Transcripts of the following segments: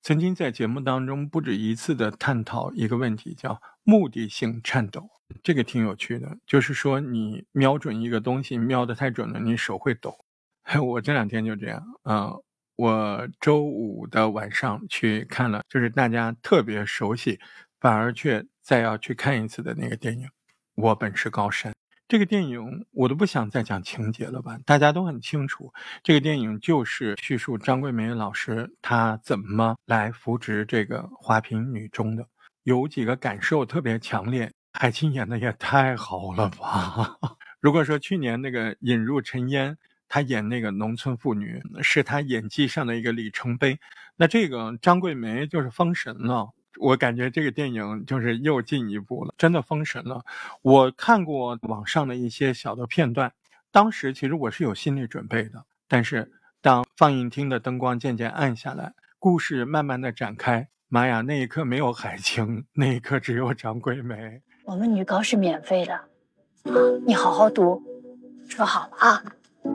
曾经在节目当中不止一次的探讨一个问题，叫目的性颤抖。这个挺有趣的，就是说你瞄准一个东西瞄得太准了，你手会抖。我这2天就这样我周5的晚上去看了，就是大家特别熟悉反而却再要去看一次的那个电影《我本是高山》。这个电影我都不想再讲情节了吧，大家都很清楚，这个电影就是叙述张桂梅老师她怎么来扶植这个华坪女中的。有几个感受特别强烈，海清演的也太好了吧如果说去年那个引入尘烟她演那个农村妇女是她演技上的一个里程碑，那这个张桂梅就是封神了。我感觉这个电影就是又进一步了，真的封神了。我看过网上的一些小的片段，当时其实我是有心理准备的，但是当放映厅的灯光渐渐暗下来，故事慢慢的展开，妈呀，那一刻没有海清，那一刻只有张桂梅。 我们女高是免费的，你好好读，说好了啊。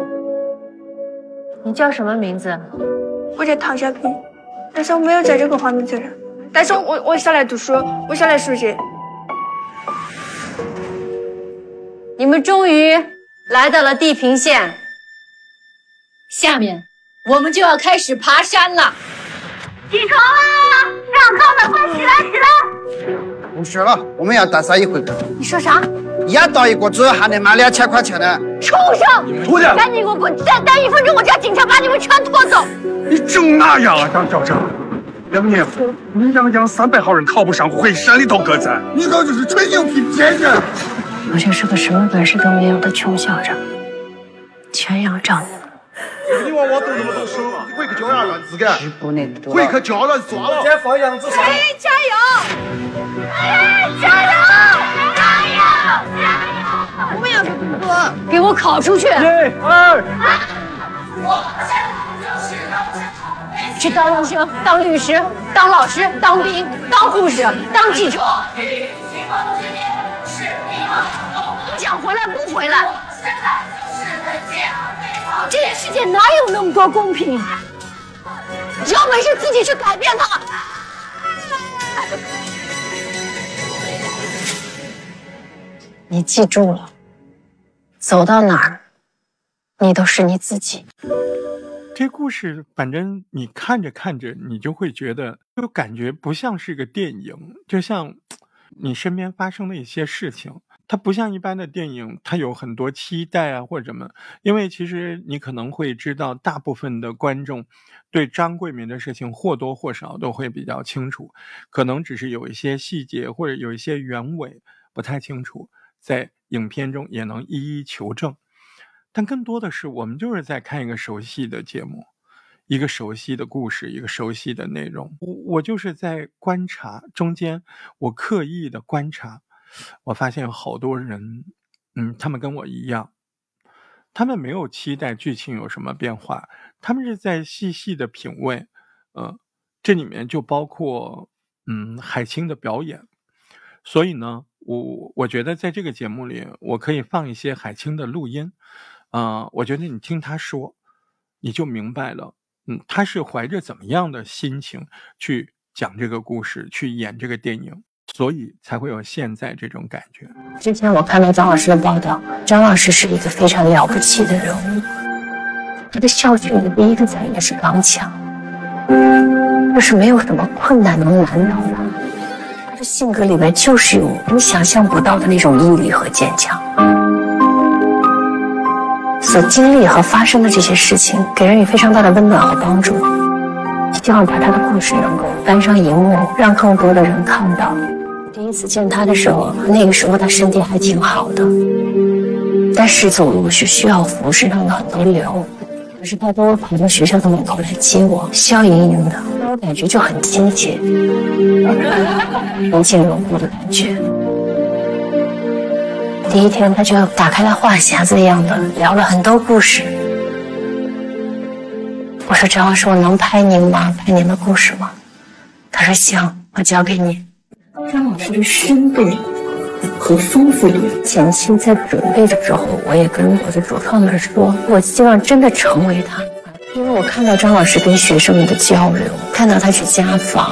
你叫什么名字？ 我叫唐小平，但是我没有在这个花名册上。但是我下来读书，我下来书写。 你们终于来到了地平线，下面我们就要开始爬山了。起床啦！上课了，快起来起来！ 不是了，我们要大杀一回。 你说啥？ 压到一个嘴还得卖2000块钱呢！ 畜生！ 出去！ 赶紧给我滚！再待1分钟，我叫警察把你们全拖走！ 你整哪样啊，张校长？梁年富，你让300号人考不上，回山里头搁咱。 你这就是吹牛皮骗人！ 我就是个什么本事都没有的穷校长，全要找你了。 你娃娃读那么多书，你回去教人乱子干，回去教人抓了。先放杨子上。 加油！加油！加油！加油！我们要是不喝，给我考出去！1、2。去当医生、当律师、当老师、当兵、当护士、当记者。想回来不回来？这个世界哪有那么多公平？有本事自己去改变它。你记住了，走到哪儿，你都是你自己。 这故事反正你看着看着你就会觉得就感觉不像是个电影，就像你身边发生的一些事情，它不像一般的电影它有很多期待啊或者什么。因为其实你可能会知道大部分的观众对张桂梅的事情或多或少都会比较清楚，可能只是有一些细节或者有一些原委不太清楚，在影片中也能一一求证。但更多的是我们就是在看一个熟悉的节目，一个熟悉的故事，一个熟悉的内容。我就是在观察中间，我刻意的观察，我发现有好多人他们跟我一样，他们没有期待剧情有什么变化，他们是在细细的品味这里面就包括海清的表演。所以呢我觉得在这个节目里我可以放一些海清的录音我觉得你听他说你就明白了他是怀着怎么样的心情去讲这个故事，去演这个电影，所以才会有现在这种感觉。 之前我看到张老师的报道，张老师是一个非常了不起的人物，他的校训的第一个字应该是刚强，就是没有什么困难能难倒他，他的性格里面就是有你想象不到的那种毅力和坚强。所经历和发生的这些事情给人以非常大的温暖和帮助，希望把他的故事能够搬上荧幕，让更多的人看到。第一次见他的时候，那个时候他身体还挺好的，但是走路是需要扶，身上有很多瘤，可是他都跑到学校的门口来接我，笑盈盈的，那种感觉就很亲切，人情冷酷的感觉。第一天他就打开了话匣子一样的聊了很多故事。我说张老师，我能拍您吗？拍您的故事吗？他说行，我交给你。张老师的深度和丰富度，前期在准备的时候，我也跟我的主创们说，我希望真的成为他，把因为我看到张老师跟学生们的交流，看到他去家访，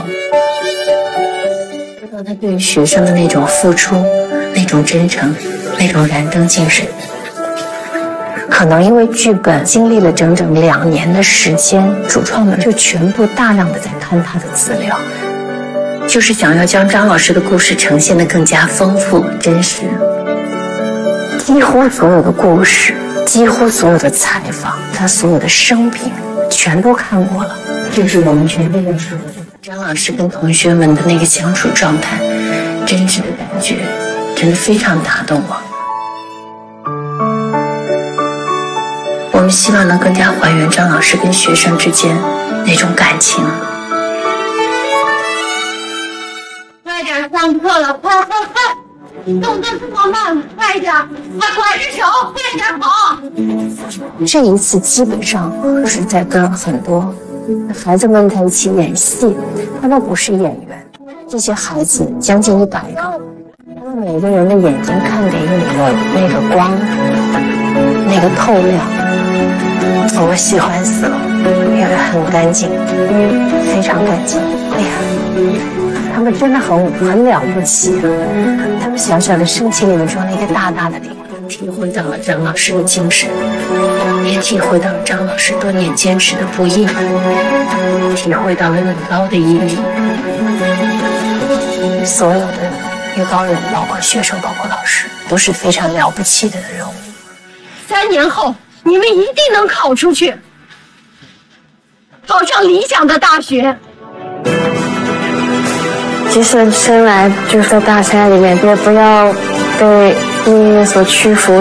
看到他对于学生的那种付出，那种真诚，那种燃灯精神。可能因为剧本经历了整整2年的时间，主创们就全部大量的在看他的资料，就是想要将张老师的故事呈现得更加丰富真实。几乎所有的故事，几乎所有的采访，他所有的生平全都看过了，这是我们全部认识的张老师跟同学们的那个相处状态，真挚的感觉真的非常打动我。我们希望能更加还原张老师跟学生之间那种感情。 快点上课了，快快快！动作这么慢，快点！快拐着手，快点跑！ 这一次基本上是在跟很多孩子们在一起演戏，他们不是演员，这些孩子将近100个，他们每个人的眼睛看给你的那个光，那个透亮，我喜欢死了，因为很干净，非常干净。哎呀，他们真的很了不起，他们小小的身体里面装了一个大大的灵魂，体会到了张老师的精神，也体会到了张老师多年坚持的不易，体会到了很高的意义。所有的预高人，包括学生，包括老师，都是非常了不起的人物。 3年后，你们一定能考出去，考上理想的大学。 即使生来就在大山里面，也不要被命运所屈服，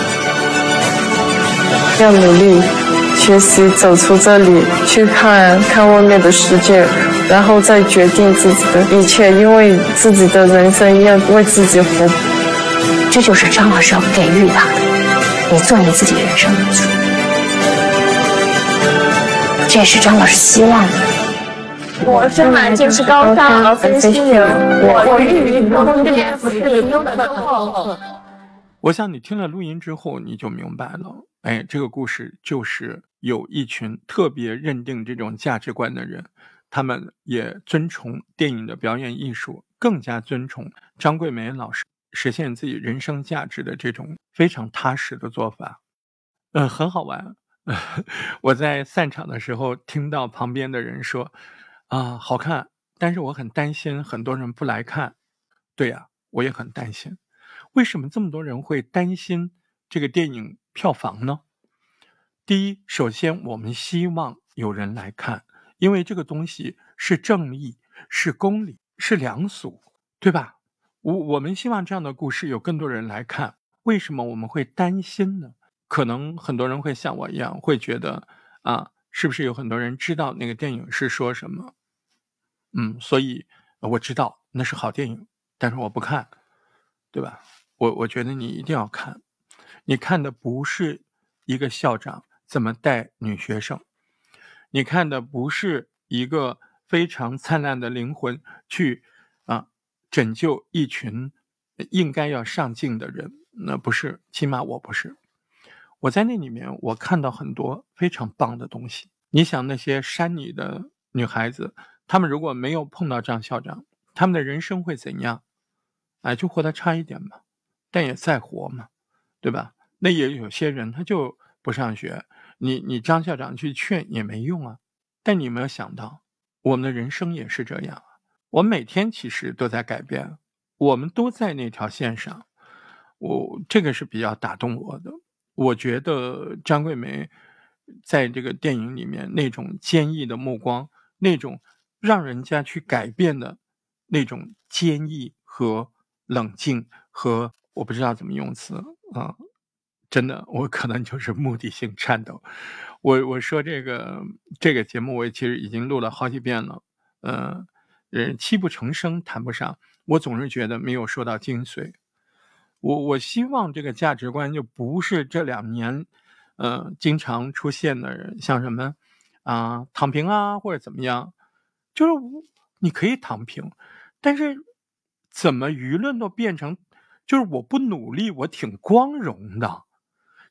要努力学习，走出这里，去看外面的世界，然后再决定自己的一切，因为自己的人生要为自己活。 这就是张老师要给予他的，你做你自己人生的主，这也是张老师希望的。 我生来就是高尚而非虚荣，我欲与空间不是优的后。 我想你听了录音之后，你就明白了，哎，这个故事就是有一群特别认定这种价值观的人，他们也尊崇电影的表演艺术，更加尊崇张桂梅老师实现自己人生价值的这种非常踏实的做法。很好玩。我在散场的时候听到旁边的人说啊，好看，但是我很担心很多人不来看。对呀，我也很担心。为什么这么多人会担心这个电影票房呢？第一，首先我们希望有人来看，因为这个东西是正义，是公理，是良俗，对吧？我们希望这样的故事有更多人来看。为什么我们会担心呢？可能很多人会像我一样，会觉得啊，是不是有很多人知道那个电影是说什么？所以我知道那是好电影，但是我不看，对吧？我觉得你一定要看。你看的不是一个校长怎么带女学生，你看的不是一个非常灿烂的灵魂去拯救一群应该要上镜的人，那不是，起码我不是。我在那里面我看到很多非常棒的东西。你想那些山里的女孩子，她们如果没有碰到张校长，她们的人生会怎样？就活得差一点嘛，但也在活嘛，对吧？那也有些人他就不上学，你张校长去劝也没用啊。但你有没有想到，我们的人生也是这样啊？我们每天其实都在改变，我们都在那条线上。这个是比较打动我的。我觉得张桂梅在这个电影里面那种坚毅的目光，那种让人家去改变的那种坚毅和冷静和我不知道怎么用词真的我可能就是目的性颤抖。我说这个节目我其实已经录了好几遍了，泣不成声谈不上，我总是觉得没有说到精髓。我希望这个价值观就不是这2年经常出现的人，像什么躺平啊或者怎么样，就是你可以躺平，但是怎么舆论都变成就是我不努力我挺光荣的，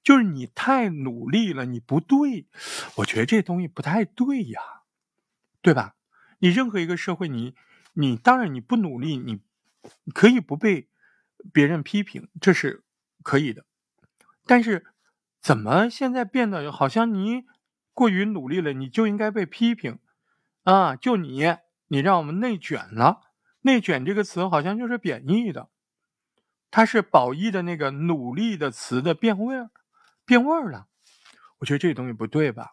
就是你太努力了，你不对，我觉得这东西不太对呀，对吧？你任何一个社会，你当然你不努力，你可以不被别人批评，这是可以的。但是怎么现在变得好像你过于努力了，你就应该被批评啊？就你让我们内卷了，内卷这个词好像就是贬义的，它是褒义的那个努力的词的变味了。我觉得这个东西不对吧？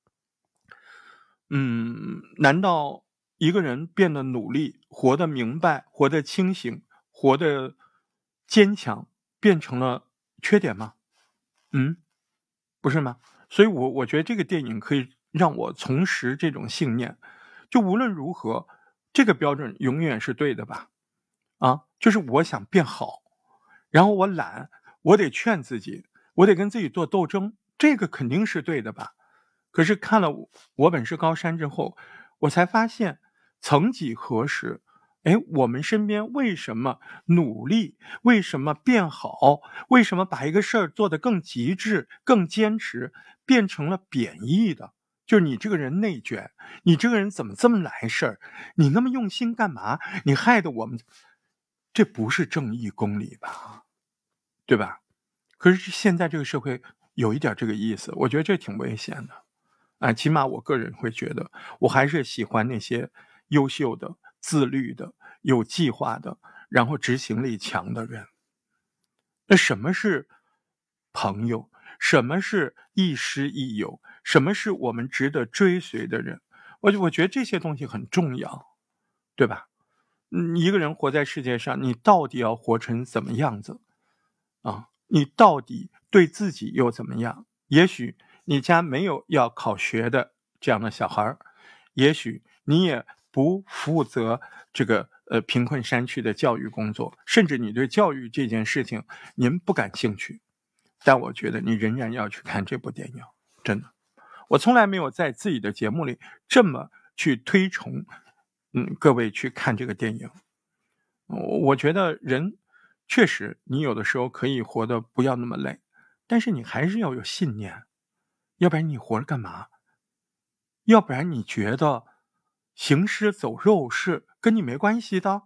难道一个人变得努力，活得明白，活得清醒，活得坚强，变成了缺点吗？不是吗？所以我觉得这个电影可以让我重拾这种信念，就无论如何，这个标准永远是对的吧？就是我想变好，然后我懒，我得劝自己，我得跟自己做斗争，这个肯定是对的吧？可是看了我本是高山之后，我才发现曾几何时，我们身边为什么努力，为什么变好，为什么把一个事儿做得更极致，更坚持，变成了贬义的？就是你这个人内卷，你这个人怎么这么来事儿？你那么用心干嘛？你害得我们，这不是正义公理吧？对吧？可是现在这个社会有一点这个意思，我觉得这挺危险的。起码我个人会觉得，我还是喜欢那些优秀的、自律的、有计划的，然后执行力强的人。那什么是朋友？什么是亦师亦友？什么是我们值得追随的人？我觉得这些东西很重要，对吧？一个人活在世界上，你到底要活成怎么样子你到底对自己又怎么样？也许你家没有要考学的这样的小孩，也许你也不负责这个贫困山区的教育工作，甚至你对教育这件事情您不感兴趣，但我觉得你仍然要去看这部电影，真的。我从来没有在自己的节目里这么去推崇各位去看这个电影。我觉得人确实你有的时候可以活得不要那么累，但是你还是要有信念，要不然你活着干嘛？要不然你觉得行尸走肉是跟你没关系的？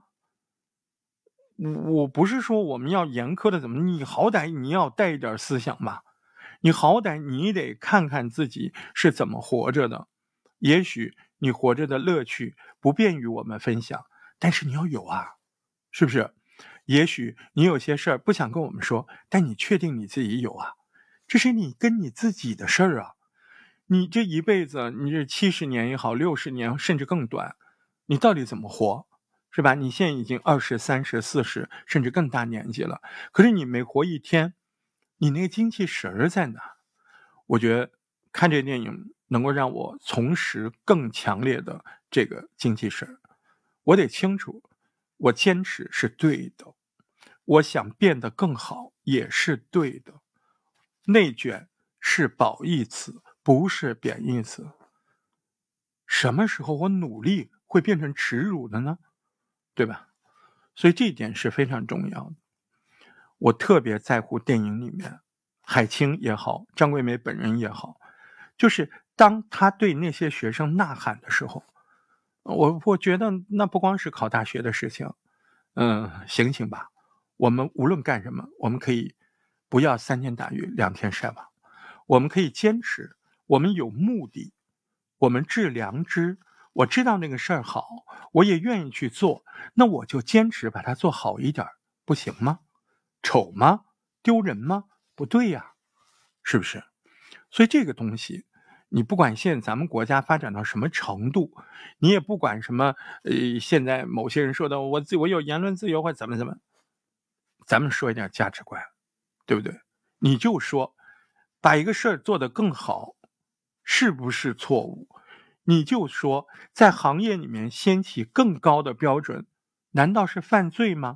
我不是说我们要严苛的怎么，你好歹你要带一点思想吧，你好歹你得看看自己是怎么活着的。也许你活着的乐趣不便于我们分享，但是你要有啊，是不是？也许你有些事儿不想跟我们说，但你确定你自己有啊，这是你跟你自己的事儿啊。你这一辈子，你这70年也好，60年甚至更短，你到底怎么活，是吧？你现在已经20、30、40甚至更大年纪了，可是你每活一天，你那个精气神儿在哪？我觉得看这电影能够让我重拾更强烈的这个精气神儿。我得清楚，我坚持是对的，我想变得更好也是对的。内卷是褒义词，不是贬义词。什么时候我努力会变成耻辱的呢？对吧？所以这一点是非常重要的。我特别在乎电影里面海清也好，张桂梅本人也好，就是当他对那些学生呐喊的时候，我觉得那不光是考大学的事情。醒醒吧，我们无论干什么，我们可以不要3天打鱼2天晒网，我们可以坚持，我们有目的，我们致良知，我知道那个事儿好，我也愿意去做，那我就坚持把它做好一点，不行吗？丑吗？丢人吗？不对呀，是不是？所以这个东西，你不管现在咱们国家发展到什么程度，你也不管什么现在某些人说的我有言论自由或怎么，咱们说一点价值观，对不对？你就说把一个事儿做得更好是不是错误？你就说在行业里面掀起更高的标准，难道是犯罪吗？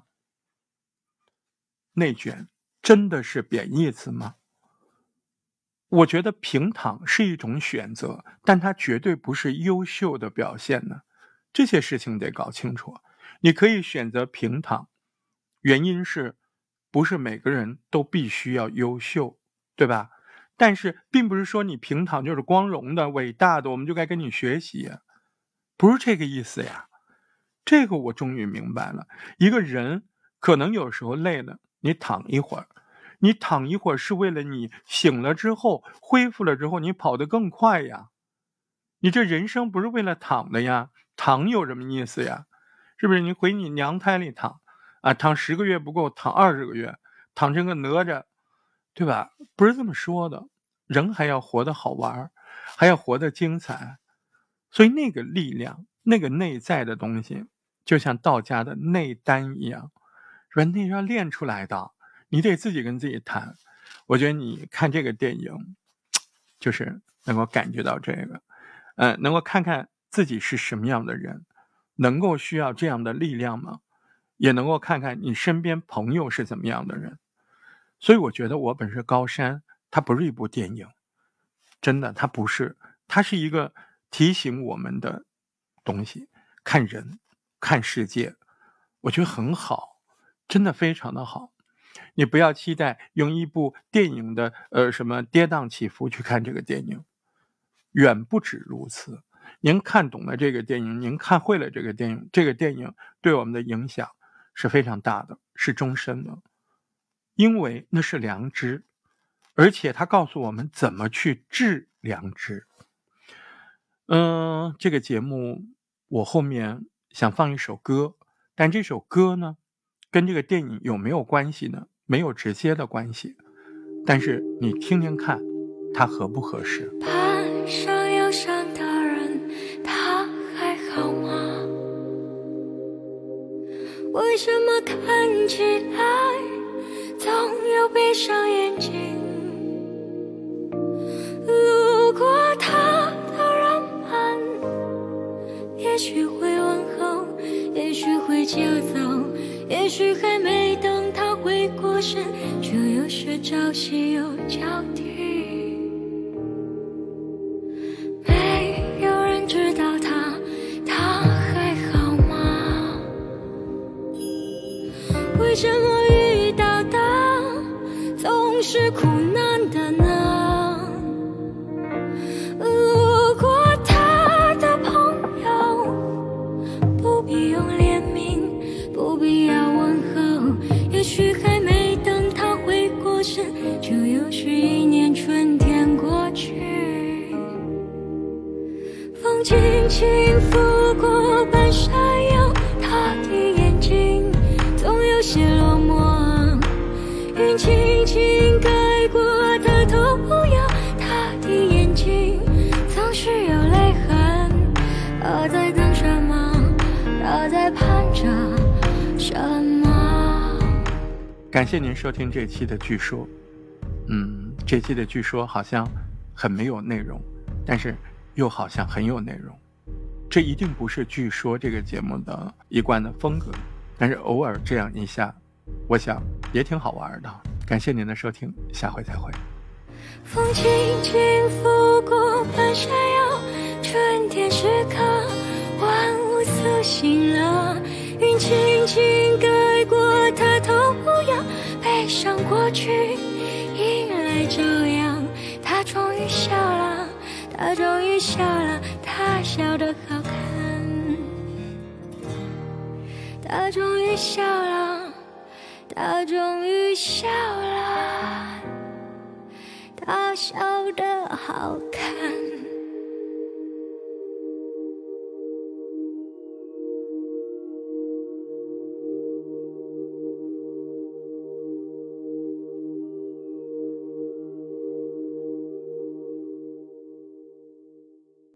内卷真的是贬义词吗？我觉得平躺是一种选择，但它绝对不是优秀的表现呢。这些事情得搞清楚。你可以选择平躺，原因是不是每个人都必须要优秀，对吧？ 但是并不是说你平躺就是光荣的、伟大的，我们就该跟你学习呀，不是这个意思呀。这个我终于明白了，一个人可能有时候累了，你躺一会儿，你躺一会儿是为了你醒了之后、恢复了之后，你跑得更快呀。你这人生不是为了躺的呀，躺有什么意思呀？是不是？你回你娘胎里躺啊，躺10个月不够，躺20个月，躺成个哪吒，对吧？不是这么说的。人还要活得好玩，还要活得精彩。所以那个力量，那个内在的东西，就像道家的内丹一样，是吧？那要练出来的，你得自己跟自己谈。我觉得你看这个电影，就是能够感觉到这个，能够看看自己是什么样的人，能够需要这样的力量吗？也能够看看你身边朋友是怎么样的人。所以我觉得我本是高山，它不是一部电影，真的，它不是，它是一个提醒我们的东西，看人，看世界，我觉得很好，真的非常的好。你不要期待用一部电影的什么跌宕起伏去看这个电影，远不止如此。您看懂了这个电影，您看会了这个电影，这个电影对我们的影响是非常大的，是终身的，因为那是良知，而且它告诉我们怎么去治良知。这个节目我后面想放一首歌，但这首歌呢，跟这个电影有没有关系呢？没有直接的关系，但是你听听看，它合不合适？ 攀上忧伤的人，他还好吗？为什么看起来总有闭上眼睛？路过他的人们，也许会问候，也许会就走，也许还没等他回过神，就又是朝夕又交替。没有人知道他还好吗？为什么遇到的总是苦难的呢？路过他的朋友，不必用怜悯，不必要问候，也许还没等他回过神，就又是一年春天过去。风轻轻拂过半山腰，他的眼睛总有些落寞，云轻轻盖过他头摇，他的眼睛总是有泪痕。他在等什么？他在盼着什么？ 感谢您收听这期的据说。这期的据说好像很没有内容，但是又好像很有内容。这一定不是据说这个节目的一贯的风格，但是偶尔这样一下，我想也挺好玩的。感谢您的收听，下回再会。 风轻轻拂过半山腰，春天时刻，万物苏醒了，云轻轻盖过他头摇，悲伤过去，迎来朝阳。他终于笑了，他终于笑了，他笑得好看。他终于笑了，他终于笑了，他笑得好看。